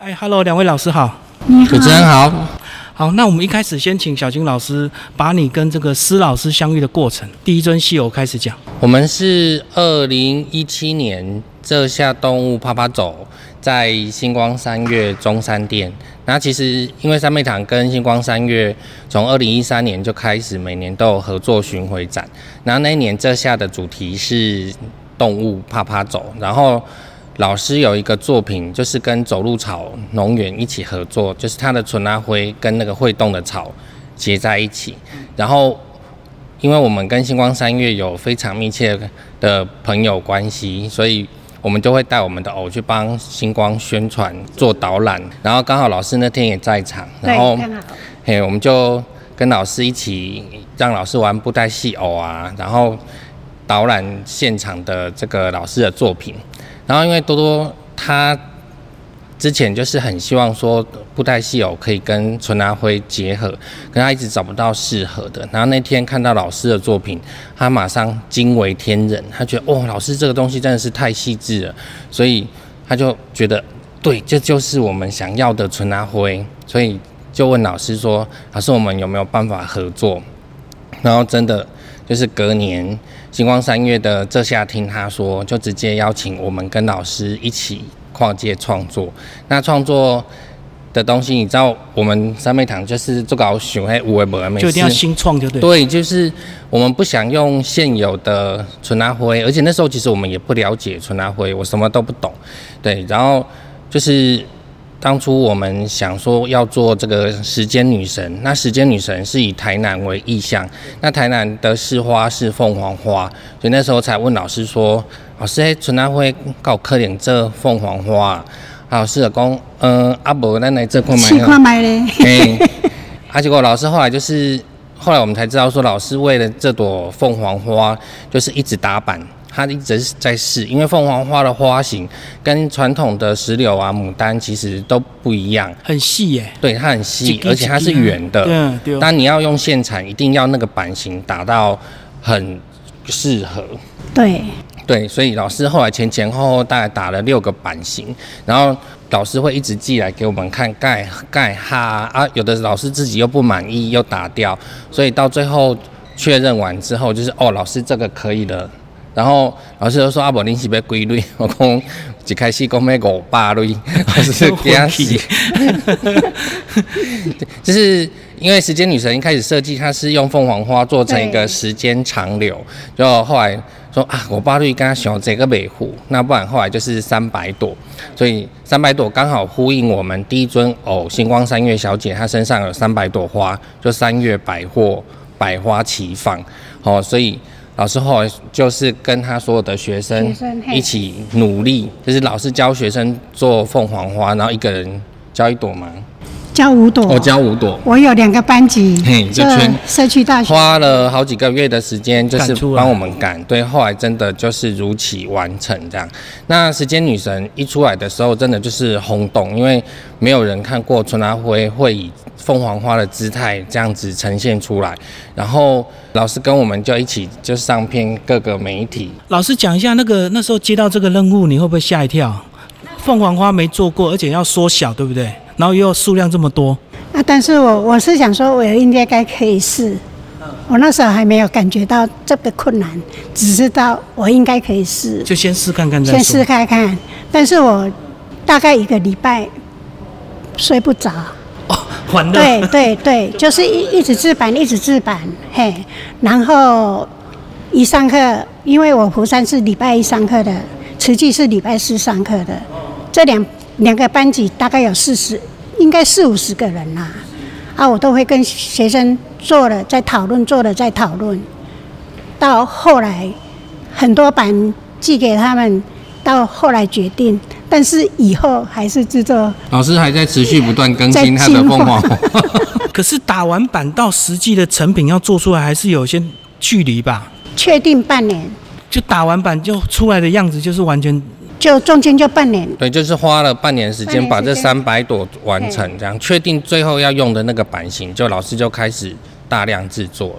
嗨 ，Hello， 两位老师好。 你好， 主持人好。 好，那我们一开始先请小金老师把你跟这个施老师相遇的过程，第一尊戏偶开始讲。 我们是2017年这下动物趴趴走在星光三月中山店。那其实因为三妹堂跟星光三月从2013年就开始每年都有合作巡回展，然后那一年这下的主题是动物趴趴走，然后老师有一个作品，就是跟走路草农园一起合作，就是他的纯阿灰跟那个会动的草结在一起。然后，因为我们跟星光三月有非常密切的朋友关系，所以我们就会带我们的偶去帮星光宣传做导览。然后刚好老师那天也在场，然后我们就跟老师一起让老师玩布袋戏偶啊，然后导览现场的这个老师的作品。然后因为多多他之前就是很希望说布袋戏偶可以跟纯阿灰结合，可他一直找不到适合的。然后那天看到老师的作品，他马上惊为天人，他觉得老师这个东西真的是太细致了，所以他就觉得对，这就是我们想要的纯阿灰，所以就问老师说，老师我们有没有办法合作？然后真的就是隔年星光三月的这下听他说，就直接邀请我们跟老师一起跨界创作。那创作的东西，你知道我们三妹堂就是做搞想有的没的， 就一定要新创，就对。 对，就是我们不想用现有的纯阿灰，而且那时候其实我们也不了解纯阿灰，我什么都不懂。对，然后就是当初我们想说要做这个时间女神，那时间女神是以台南为意象，那台南的市花是凤凰花，所以那时候才问老师说，老师纯阿灰有可能做凤凰花啊？老师就讲，不然咱来这看卖。 去看卖嘞。 结果老师后来我们才知道说，老师为了这朵凤凰花，就是一直打板。他一直在试，因为凤凰花的花型跟传统的石榴啊、牡丹其实都不一样， 很细耶。 对，它很细，而且它是圆的。 对。 但你要用现产，一定要那个版型打到很适合。对，所以老师后来前后大概打了6个版型，然后老师会一直寄来给我们看盖哈啊，有的老师自己又不满意又打掉，所以到最后确认完之后，就是老师这个可以了。然后老师就说：“不，你是要几类？”我讲一开始讲要500类，老师给他洗。就是因为时间女神一开始设计，它是用凤凰花做成一个时间长流，就后来说500类跟他想这个维护，那不然后来就是300朵，所以300朵刚好呼应我们第一尊星光三月小姐，她身上有300朵花，就3月百货百花齐放，所以。老师后来就是跟他所有的学生一起努力，就是老师教学生做凤凰花，然后一个人教1朵嘛， 教5朵， 教5朵。 我有2个班级， 就全社区大学花了好几个月的时间，就是帮我们赶。对，后来真的就是如期完成这样。那时间女神一出来的时候，真的就是轰动，因为没有人看过纯阿灰会以凤凰花的姿态这样子呈现出来，然后老师跟我们就一起就上片各个媒体。 老师讲一下那时候接到这个任务，你会不会吓一跳？凤凰花没做过，而且要缩小，对不对？然后又数量这么多但是我是想说，我应该可以试。我那时候还没有感觉到这个困难，只知道我应该可以试， 就先试看看再说。 先试看看，但是我大概1个礼拜睡不着。对，就是一直制版，然后一上课，因为我福山是礼拜1上课的，慈济是礼拜4上课的，这两个班级大概有应该40-50个人啦。我都会跟学生做了再讨论，到后来很多版寄给他们，到后来决定。但是以后还是制作， 老师还在持续不断更新他的凤凰花。 可是打完版到实际的成品要做出来，还是有些距离吧？ 确定半年， 就打完版就出来的样子，就是完全就中间就半年。 对，就是花了半年时间把这300朵完成，这样确定最后要用的那个版型，就老师就开始大量制作了。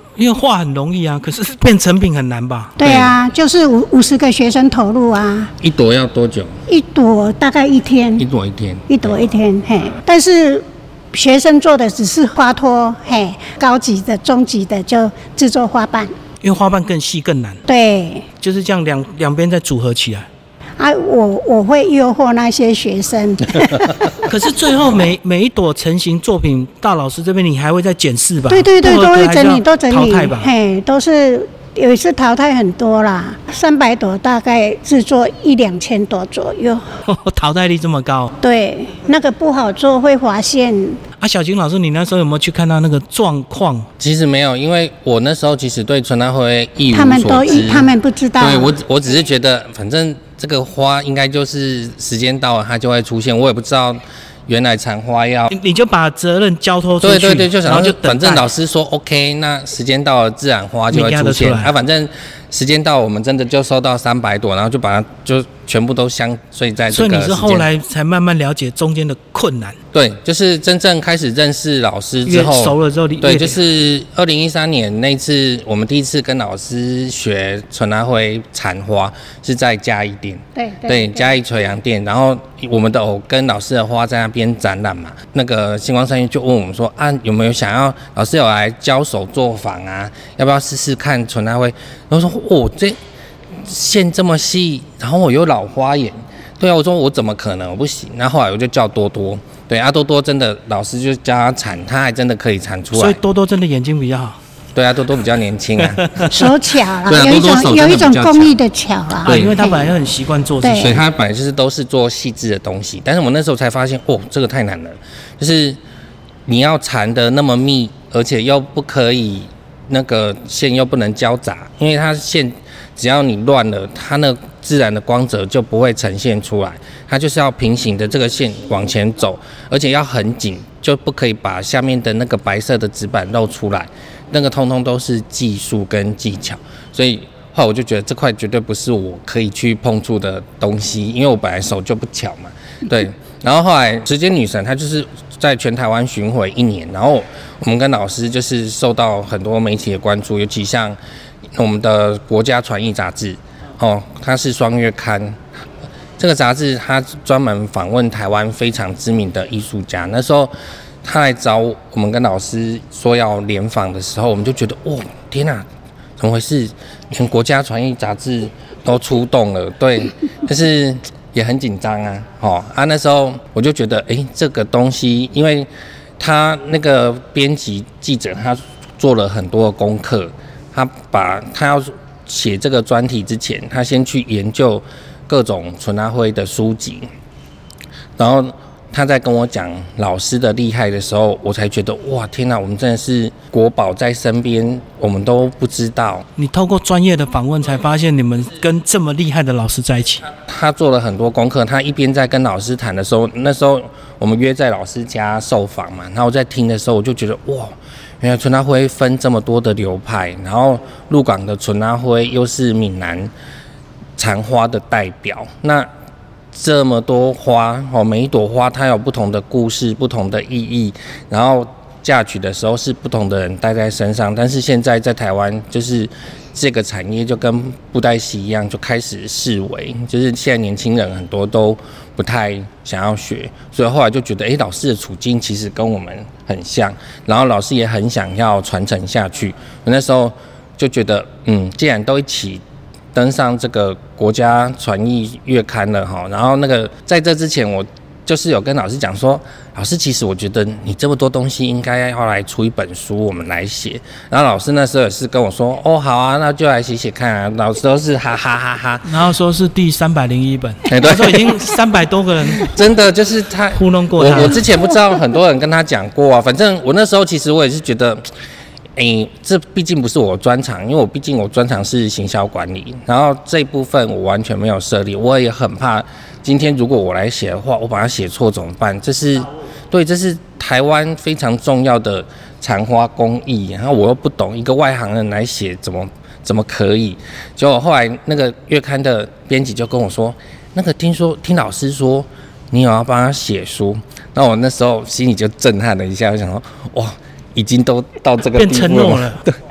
因为画很容易啊，可是变成品很难吧？ 对啊，就是50个学生投入啊。 一朵要多久？ 一朵大概1天。 一朵1天。 一朵1天，嘿。但是学生做的只是花托，嘿，高级的、中级的就制作花瓣。 因为花瓣更细更难。 对。 就是这样两边再组合起来。 啊，我会诱惑那些学生。 可是最后每一朵成型作品到老师这边，你还会再检视吧？ 对，都会整理，都整理， 淘汰吧？ 嘿，都是有一次淘汰很多啦，300朵大概制作1-2千朵左右。 淘汰率这么高？ 对，那个不好做会划线。 啊，小金老师，你那时候有没有去看到那个状况？ 其实没有，因为我那时候其实对纯爱会一无所知， 他们不知道。 对，我只是觉得反正这个花应该就是时间到了它就会出现，我也不知道原来产花要你就把责任交托出去， 对，就想就反正老师说 OK， 那时间到了自然花就会出现，反正时间到我们真的就收到300朵，然后就把它就全部都相随在这个时间。 所以你是后来才慢慢了解中间的困难。 对，就是真正开始认识老师之后， 越熟了之后， 对，就是2013年那次我们第一次跟老师学纯爱会产花是在嘉义店，对，嘉义垂杨店，然后我们的偶跟老师的花在那边展览嘛，那个星光三月就问我们说啊，有没有想要老师有来教手作坊啊，要不要试试看纯爱会？然后说这线这么细，然后我有老花眼，对啊，我说我怎么可能，我不行。然后后来我就叫多多，对啊，多多真的老师就教他产，他还真的可以产出来。 所以多多真的眼睛比较好。 对啊，多多比较年轻啊， 手巧啦， 对啊， 有一种工艺的巧啦。 对，因为他本来就很习惯做这些， 所以他本来就是都是做细致的东西。但是我那时候才发现，这个太难了，就是你要缠的那么密，而且又不可以那个线又不能交杂，因为它线只要你乱了，它那自然的光泽就不会呈现出来，它就是要平行的这个线往前走，而且要很紧，就不可以把下面的那个白色的纸板露出来，那个通通都是技术跟技巧，所以后来我就觉得这块绝对不是我可以去碰触的东西，因为我本来手就不巧嘛，对。然后后来时间女神她就是在全台湾巡回1年，然后我们跟老师就是受到很多媒体的关注，尤其像我们的国家传艺杂志，它是双月刊，这个杂志它专门访问台湾非常知名的艺术家。那时候他来找我们跟老师说要联访的时候，我们就觉得天哪，怎么回事？连国家传艺杂志都出动了，对，但是也很紧张啊，那时候我就觉得，这个东西，因为他那个编辑记者他做了很多的功课，他要写这个专题之前，他先去研究各种纯爱会的书籍，然后他在跟我讲老师的厉害的时候，我才觉得天哪，我们真的是国宝在身边，我们都不知道。 你透过专业的访问才发现你们跟这么厉害的老师在一起。 他做了很多功课，他一边在跟老师谈的时候，那时候我们约在老师家受访嘛，然后我在听的时候，我就觉得原来纯爱会分这么多的流派，然后鹿港的纯爱会又是闽南缠花的代表，那这么多花每一朵花它有不同的故事、不同的意义，然后嫁娶的时候是不同的人戴在身上。但是现在在台湾，就是这个产业就跟布袋戏一样，就开始式微，就是现在年轻人很多都不太想要学，所以后来就觉得，老师的处境其实跟我们很像，然后老师也很想要传承下去。我那时候就觉得，既然都一起登上这个国家传艺月刊了然后那个在这之前，我就是有跟老师讲说，老师其实我觉得你这么多东西应该要来出一本书，我们来写。然后老师那时候也是跟我说，好啊，那就来写写看啊。老师都是哈哈哈哈， 然后说是第301本， 对， 那时候已经300多个人， 真的就是他糊弄过他。 我之前不知道很多人跟他讲过啊，反正我那时候其实我也是觉得。这毕竟不是我专长，因为毕竟我专长是行销管理，然后这一部分我完全没有涉猎，我也很怕今天如果我来写的话，我把它写错怎么办？这是台湾非常重要的缠花工艺，然后我又不懂，一个外行人来写怎么可以？结果后来那个月刊的编辑就跟我说，那个听老师说你有要帮他写书，那我那时候心里就震撼了一下，我想说已经都到这个地步了，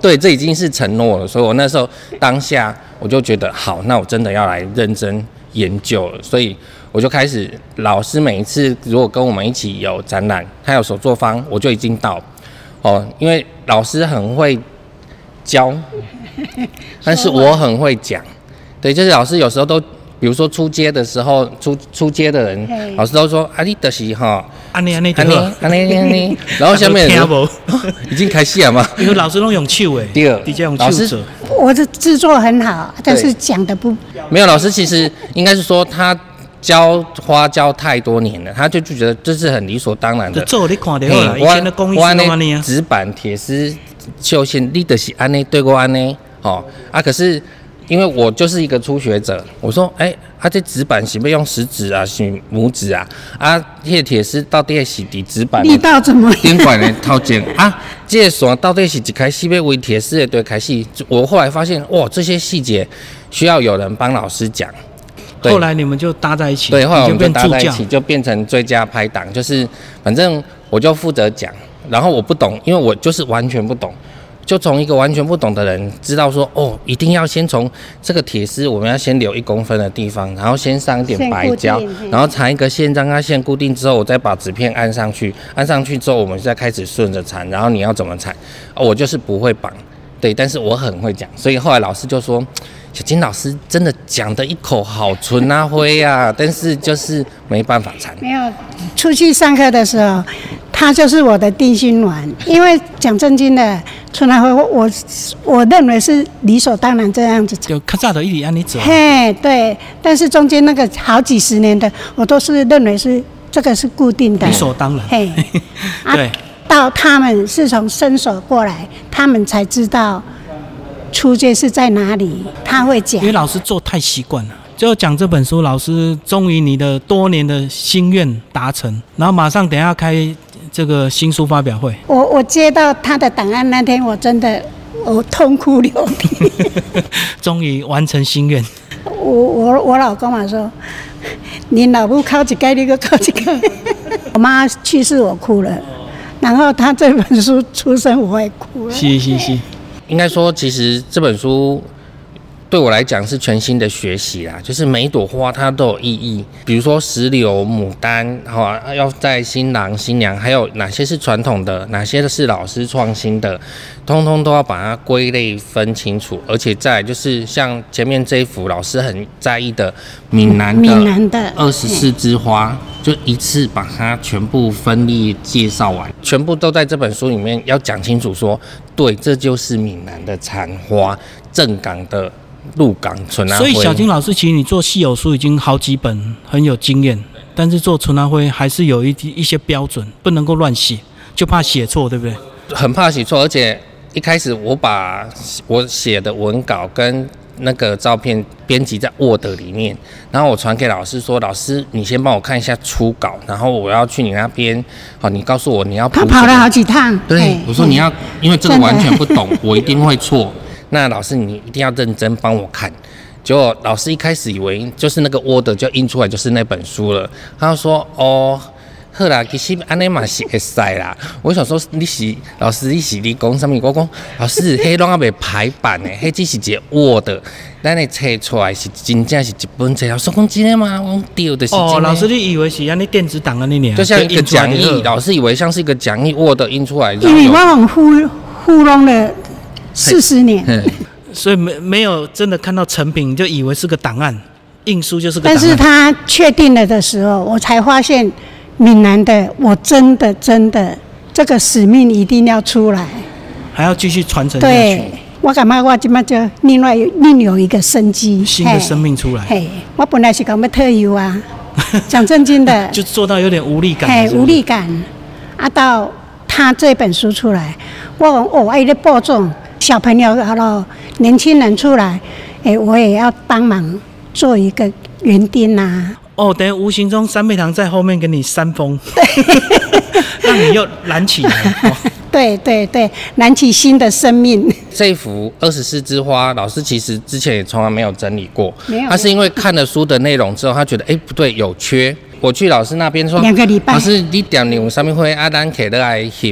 对，这已经是承诺了，所以我那时候当下我就觉得好，那我真的要来认真研究了，所以我就开始，老师每一次如果跟我们一起有展览，他有手作坊，我就已经到哦，因为老师很会教，但是我很会讲，对，就是老师有时候都。比如说出街的时候，出街的人，老师都说啊，你就是哈， 安尼， 然后下面的人已经开始了嘛， 因为老师都用手诶， 第二， 老师我的制作很好，但是讲的不没有。老师其实应该是说他教花教太多年了，他就觉得这是很理所当然的。 做你看得好啦，以前的工艺是安尼啊， 纸板、铁丝、绣线，你就是安尼对过安尼，哦啊，可是。因为我就是一个初学者，我说，这纸板是要用食指啊，是拇指啊，那铁丝到底是伫纸板力道怎么样？ 顶管的头前啊，这个线到底是一开始要为铁丝的对开始？我后来发现，哇，这些细节需要有人帮老师讲。 后来你们就搭在一起， 对，后来我们就搭在一起，就变成最佳拍档，就是反正我就负责讲，然后我不懂，因为我就是完全不懂。就从一个完全不懂的人知道说，一定要先从这个铁丝，我们要先留1公分的地方，然后先上一点白胶，然后缠一个线，让它线固定之后，我再把纸片按上去，按上去之后，我们再开始顺着缠，然后你要怎么缠？我就是不会绑，对，但是我很会讲，所以后来老师就说，小金老师真的讲的一口好纯啊灰啊，但是就是没办法缠。 没有出去上课的时候，他就是我的定心丸，因为讲正经的。春来灰，我认为是理所当然这样子， 就较早的一直按你走。 嘿，对，但是中间那个好几十年的，我都是认为是这个是固定的， 理所当然。 嘿， 对， 到他们是从伸手过来，他们才知道出街是在哪里，他会讲。 因为老师做太习惯了。就讲这本书，老师终于你的多年的心愿达成，然后马上等一下开这个新书发表会。 我接到他的档案那天，我真的痛哭流涕。 终于完成心愿。 我老公嘛说，你老母考一届，你就考一届。我妈去世，我哭了。然后他这本书出生，我也哭了。 是。 应该说，其实这本书。对我来讲是全新的学习啦，就是每一朵花它都有意义。比如说石榴、牡丹，要在新郎新娘，还有哪些是传统的，哪些是老师创新的，通通都要把它归类分清楚。而且再来就是像前面这一幅老师很在意的闽南的24枝花，就一次把它全部分列介绍完，全部都在这本书里面要讲清楚说，对，这就是闽南的蚕花，正港的。鹿港春阿辉， 所以小金老师，其实你做稀有书已经好几本，很有经验，但是做春阿辉还是有一些标准，不能够乱写，就怕写错，对不对？ 很怕写错，而且一开始我把我写的文稿跟那个照片编辑在 Word 里面，然后我传给老师说，老师你先帮我看一下初稿，然后我要去你那边，好，你告诉我你要他跑了好几趟， 对，我说你要，因为这个完全不懂，我一定会错。那老师，你一定要认真帮我看。结果老师一开始以为就是那个 Word 就印出来就是那本书了，他就说：“哦，好啦，其实安尼嘛是会使啦。”我想说老师，你讲什么？我讲老师，迄拢还未排版呢，迄只是一个 Word， 咱的册出来是真正是一本册。老师讲真的吗？我讲对的是真的。 老师，你以为是安尼电子档的那年， 就像一个讲义，老师以为像是一个讲义 Word 印出来。 因为我很糊弄了。40年， 所以没有真的看到成品，就以为是个档案，印书就是个档案。 但是他确定了的时候，我才发现闽南的，我真的这个使命一定要出来， 还要继续传承下去。 对，我感觉我今麦就另有一个生机， 新的生命出来。 嘿，我本来是讲要退休啊，讲正经的， 就做到有点无力感。 无力感啊，到他这本书出来，我讲他在播种。小朋友好了，年轻人出来，我也要帮忙做一个园丁啊。 等于无形中三妹堂在后面给你煽风，让你又燃起来。 对，燃起新的生命。 这一幅24枝花，老师其实之前也从来没有整理过， 没有。 他是因为看了书的内容之后，他觉得不对，有缺。我去老师那边说， 2个礼拜， 老师你点有上面会咱起来翕。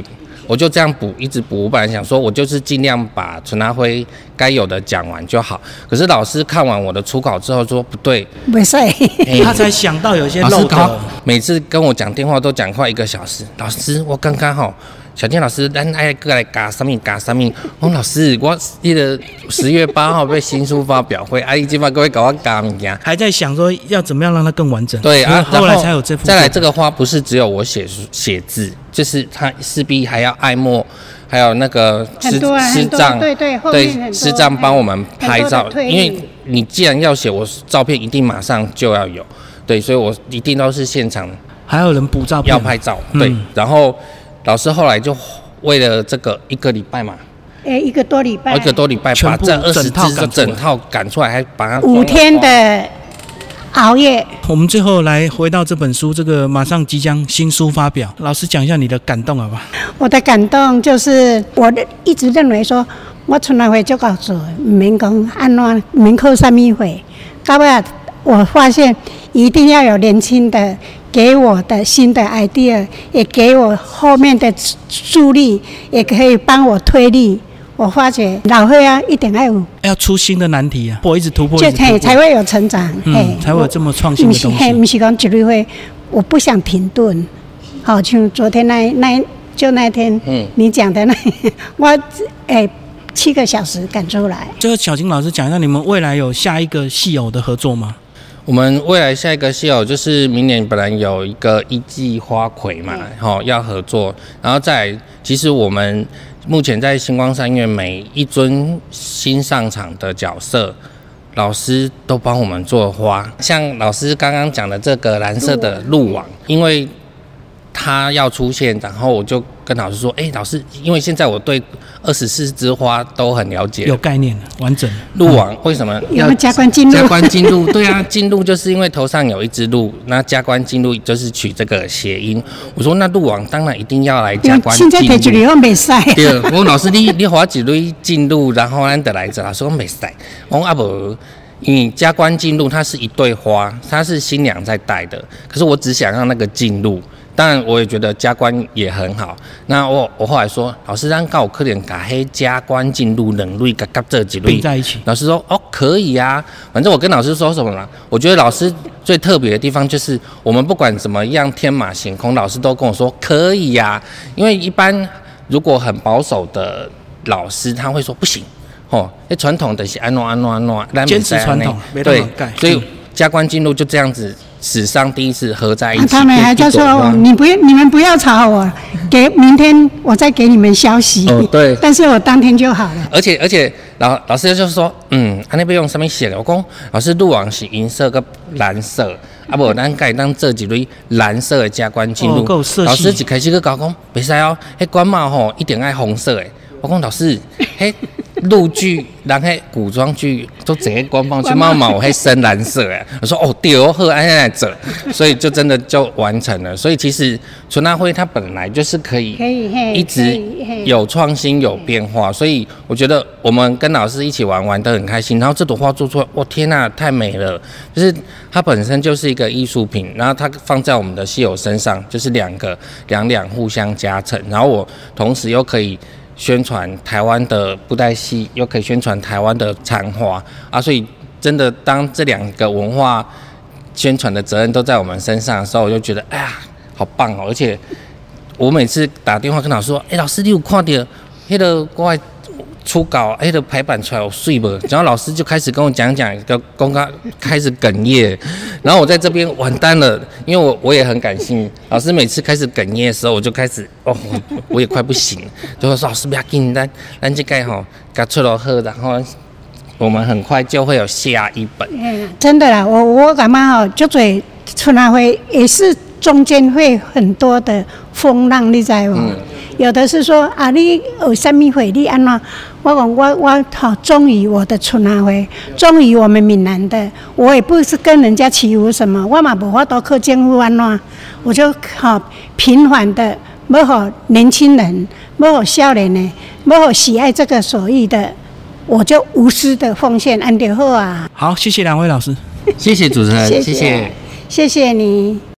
我就这样补，一直补。我本来想说，我就是尽量把陈阿辉该有的讲完就好。可是老师看完我的初稿之后说不对， 不是， 他才想到有些漏的。 每次跟我讲电话都讲快1个小时。老师，我刚刚好。小健老师，咱爱过来加什么？我说老师，我那个10月8号被新书发表会，阿姨今晚各位搞我加物件， 还在想说要怎么样让它更完整。 对啊， 后来才有这幅。 再来，这个花不是只有我写字，就是它势必还要爱墨，还有那个师长，对师长帮我们拍照，因为你既然要写，我照片一定马上就要有，对，所以我一定都是现场， 还有人补照片， 要拍照，对，然后。老师后来就为了这个1个礼拜嘛 ，1个多礼拜， 把这20支就整套赶出来，还把它 5天的熬夜。 我们最后来回到这本书，这个马上即将新书发表，老师讲一下你的感动好不好？ 我的感动就是我一直认为说，我春来会就告诉我，免讲安怎，免靠什么会，到尾我发现一定要有年轻的。给我的新的 idea， 也给我后面的助力，也可以帮我推力。我发觉老会啊，一定要出新的难题啊，一直突破， 才会有成长， 才会有这么创新的东西。 不是讲一律会，我不想停顿。好像昨天那天，你讲的我7个小时赶出来。 最后，小金老师讲一下，你们未来有下一个戏偶的合作吗？ 我们未来下一个戏偶就是明年本来有一个一季花魁嘛，要合作，然后再来，其实我们目前在星光三月每一尊新上场的角色，老师都帮我们做花，像老师刚刚讲的这个蓝色的鹿网，因为他要出现，然后我就跟老师说，老师，因为现在我对24枝花都很了解， 有概念完整。 鹿王为什么要加官进禄？ 加官进禄，对啊，进禄就是因为头上有一只鹿，那加官进禄就是取这个谐音。我说那鹿王当然一定要来加官进禄。 现在提一类没使。 对，我说老师你花一类进禄，然后咱就来做。老师说没使，我说啊不。你加官进禄，它是一对花，它是新娘在戴的。可是我只想让那个进禄，当然我也觉得加官也很好。那我后来说，老师让告可能把黑加官进禄两类夹这几类在一起。 老师说可以啊，反正我跟老师说什么了？我觉得老师最特别的地方就是，我们不管怎么样天马行空，老师都跟我说可以呀。因为一般如果很保守的老师，他会说不行。传统的是安怎， 坚持传统， 对，所以加官进禄就这样子，史上第一次合在一起。 他们还在说你们不要吵我，明天我再给你们消息。 对， 但是我当天就好了。 而且老师就说，那边用什么写的？我讲老师鹿王是银色跟蓝色，不，咱改当这几类蓝色的加官进禄。老师一开始就讲，袂使哦，迄官帽一定爱红色的。我讲老师，陆剧、人迄古装剧都整个官方去猫毛，黑深蓝色哎，我说对哦，好，按在这，所以就真的就完成了。所以其实纯大会它本来就是可以一直有创新、有变化，所以我觉得我们跟老师一起玩得很开心。然后这朵花做出来，哇天哪，太美了！就是它本身就是一个艺术品，然后它放在我们的稀有身上，就是两互相加成，然后我同时又可以。宣传台湾的布袋戏，又可以宣传台湾的残花啊，所以真的当这两个文化宣传的责任都在我们身上的时候，我就觉得哎呀，好棒哦！而且我每次打电话跟老师说，老师你有看到那个我初稿那个排版出来有水不？然后老师就开始跟我讲，公告开始哽咽，然后我在这边完蛋了，因为我也很感性。老师每次开始哽咽的时候，我就开始我也快不行了，就说老师不要紧，咱这个给出来喝，然后我们很快就会有下一本。 真的啦，我感觉就最春来会也是中间会很多的风浪，你知道吗？有的是说你有什么会你安怎？我讲我忠于我的春阿会，忠于我们闽南的，我也不是跟人家欺负什么，我嘛无法度靠政府安怎，我就平缓的，要互年轻人，要互少年的，要互喜爱这个手艺的，我就无私的奉献，安就好啊。 好，谢谢两位老师， 谢谢主持人，谢谢你。